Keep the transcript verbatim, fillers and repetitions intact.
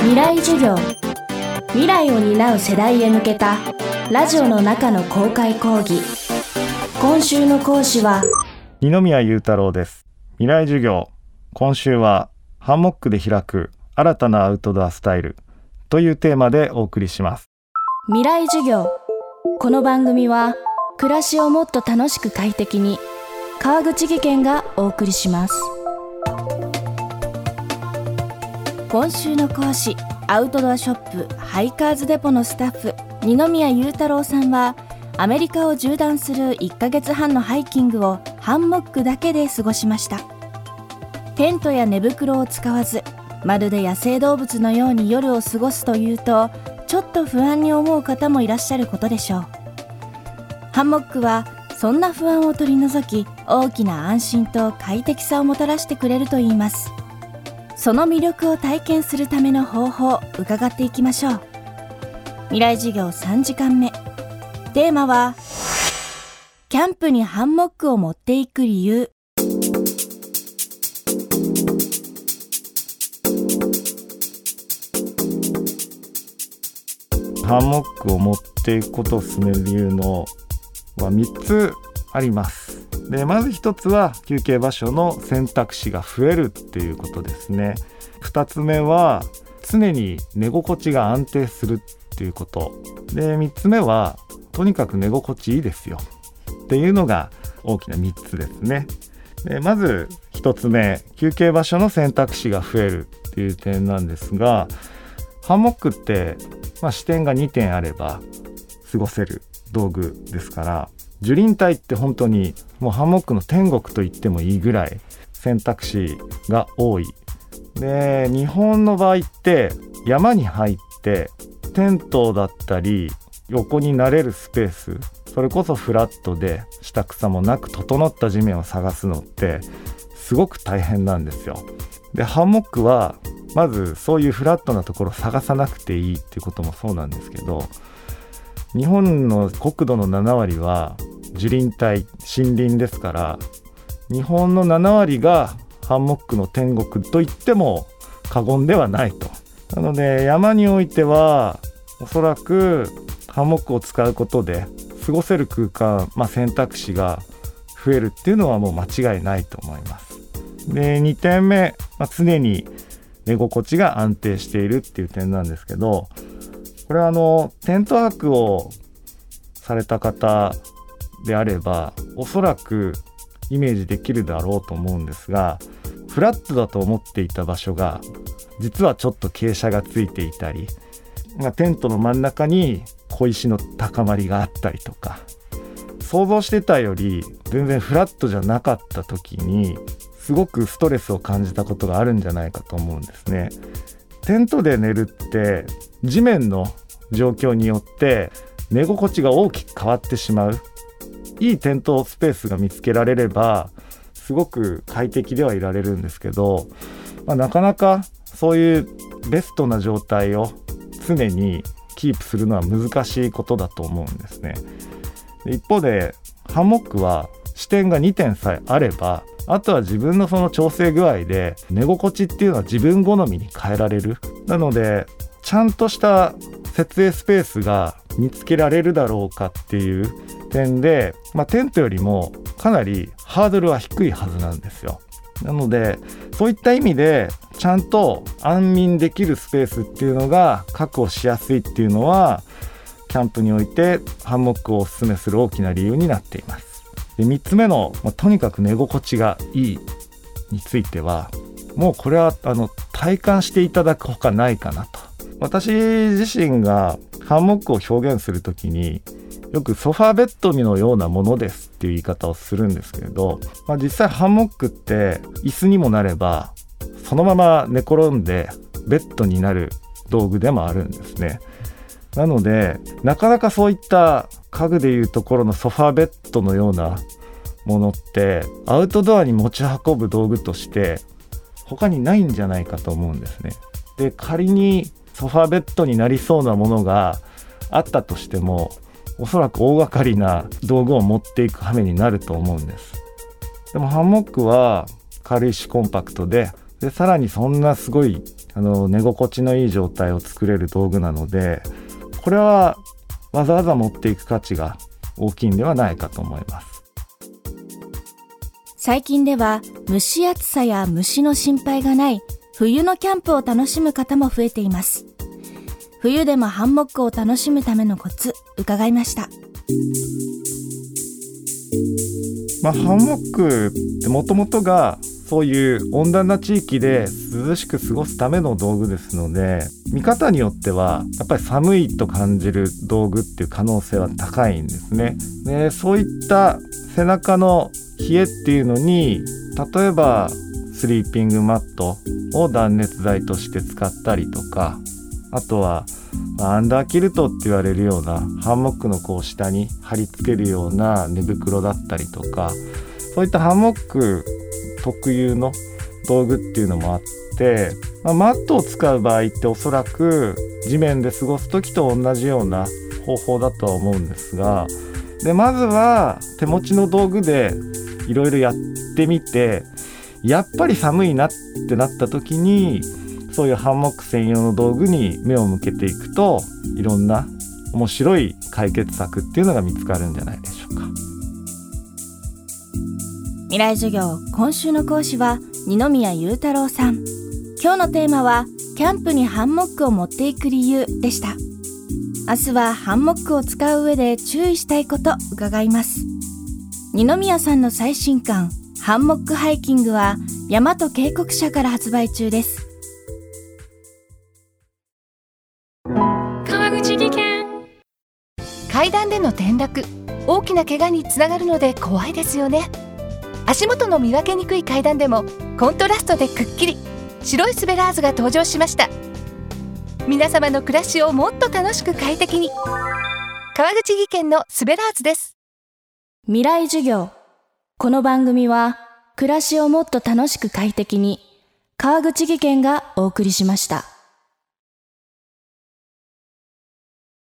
未来授業、未来を担う世代へ向けたラジオの中の公開講義。今週の講師は二宮裕太郎です。未来授業、今週はハンモックで開く新たなアウトドアスタイルというテーマでお送りします。 未来授業。この番組は暮らしをもっと楽しく快適に、川口義賢がお送りします。今週の講師、アウトドアショップハイカーズデポのスタッフ二宮裕太郎さんは、アメリカを縦断するいっかげつはんのハイキングをハンモックだけで過ごしました。テントや寝袋を使わず、まるで野生動物のように夜を過ごすというと、ちょっと不安に思う方もいらっしゃることでしょう。ハンモックはそんな不安を取り除き、大きな安心と快適さをもたらしてくれるといいます。その魅力を体験するための方法を伺っていきましょう。未来授業さんじかんめ、テーマはキャンプにハンモックを持っていく理由。 ハンモックを持っていくことを勧める理由のはみっつあります。でまずひとつは休憩場所の選択肢が増えるっていうことですね。ふたつめは常に寝心地が安定するっていうことで、みっつめはとにかく寝心地いいですよっていうのが大きなみっつですね。でまずひとつめ、休憩場所の選択肢が増えるっていう点なんですが、ハンモックって、まあ、視点がにてんあれば過ごせる道具ですから、樹林帯って本当にもうハンモックの天国と言ってもいいぐらい選択肢が多い。で日本の場合って山に入ってテントだったり横になれるスペース、それこそフラットで下草もなく整った地面を探すのってすごく大変なんですよ。でハンモックはまずそういうフラットなところを探さなくていいっていうこともそうなんですけど、日本の国土のななわりは樹林帯、森林ですから、日本のななわりがハンモックの天国と言っても過言ではないと。なので山においてはおそらくハンモックを使うことで過ごせる空間、まあ、選択肢が増えるっていうのはもう間違いないと思います。でにてんめ、まあ、常に寝心地が安定しているっていう点なんですけど、これはあのテント泊をされた方であればおそらくイメージできるだろうと思うんですが、フラットだと思っていた場所が実はちょっと傾斜がついていたり、まあ、テントの真ん中に小石の高まりがあったりとか、想像してたより全然フラットじゃなかった時にすごくストレスを感じたことがあるんじゃないかと思うんですね。テントで寝るって地面の状況によって寝心地が大きく変わってしまう。いいテントスペースが見つけられればすごく快適ではいられるんですけど、まあ、なかなかそういうベストな状態を常にキープするのは難しいことだと思うんですね。で一方でハンモックは視点がにてんさえあれば、あとは自分のその調整具合で寝心地っていうのは自分好みに変えられる。なのでちゃんとした設営スペースが見つけられるだろうかっていう点で、まあ、テントよりもかなりハードルは低いはずなんですよ。なのでそういった意味でちゃんと安眠できるスペースっていうのが確保しやすいっていうのは、キャンプにおいてハンモックをおすすめする大きな理由になっています。でみっつめの、まあ、とにかく寝心地がいいについては、もうこれはあの体感していただくほかないかなと。私自身がハンモックを表現するときによくソファーベッドのようなものですっていう言い方をするんですけれど、まあ、実際ハンモックって椅子にもなればそのまま寝転んでベッドになる道具でもあるんですね。なのでなかなかそういった家具でいうところのソファーベッドのようなものってアウトドアに持ち運ぶ道具として他にないんじゃないかと思うんですね。で仮にソファーベッドになりそうなものがあったとしても、おそらく大掛かりな道具を持っていく羽目になると思うんです。でもハンモックは軽いしコンパクトで、でさらにそんなすごいあの寝心地のいい状態を作れる道具なので、これはわざわざ持っていく価値が大きいんではないかと思います。 最近では蒸し暑さや虫の心配がない冬のキャンプを楽しむ方も増えています。冬でもハンモックを楽しむためのコツ伺いました。 まあ、ハンモックってもともとがそういう温暖な地域で涼しく過ごすための道具ですので、見方によってはやっぱり寒いと感じる道具っていう可能性は高いんですね。で、そういった背中の冷えっていうのに、例えばスリーピングマットを断熱材として使ったりとか、あとはアンダーキルトって言われるようなハンモックのこう下に貼り付けるような寝袋だったりとか、そういったハンモック特有の道具っていうのもあって、まあ、マットを使う場合っておそらく地面で過ごす時と同じような方法だとは思うんですが、でまずは手持ちの道具でいろいろやってみて、やっぱり寒いなってなった時にそういうハンモック専用の道具に目を向けていくと、いろんな面白い解決策っていうのが見つかるんじゃないでしょうか。 未来授業、今週の講師は二宮裕太郎さん。今日のテーマはキャンプにハンモックを持っていく理由でした。明日はハンモックを使う上で注意したいこと伺います。二宮さんの最新刊ハンモックハイキングは大和渓谷社から発売中です。 川口技研。階段での転落、大きな怪我につながるので怖いですよね。足元の見分けにくい階段でもコントラストでくっきり白いスベラーズが登場しました。皆様の暮らしをもっと楽しく快適に、川口技研のスベラーズです。 未来授業。この番組は暮らしをもっと楽しく快適に、川口技研がお送りしました。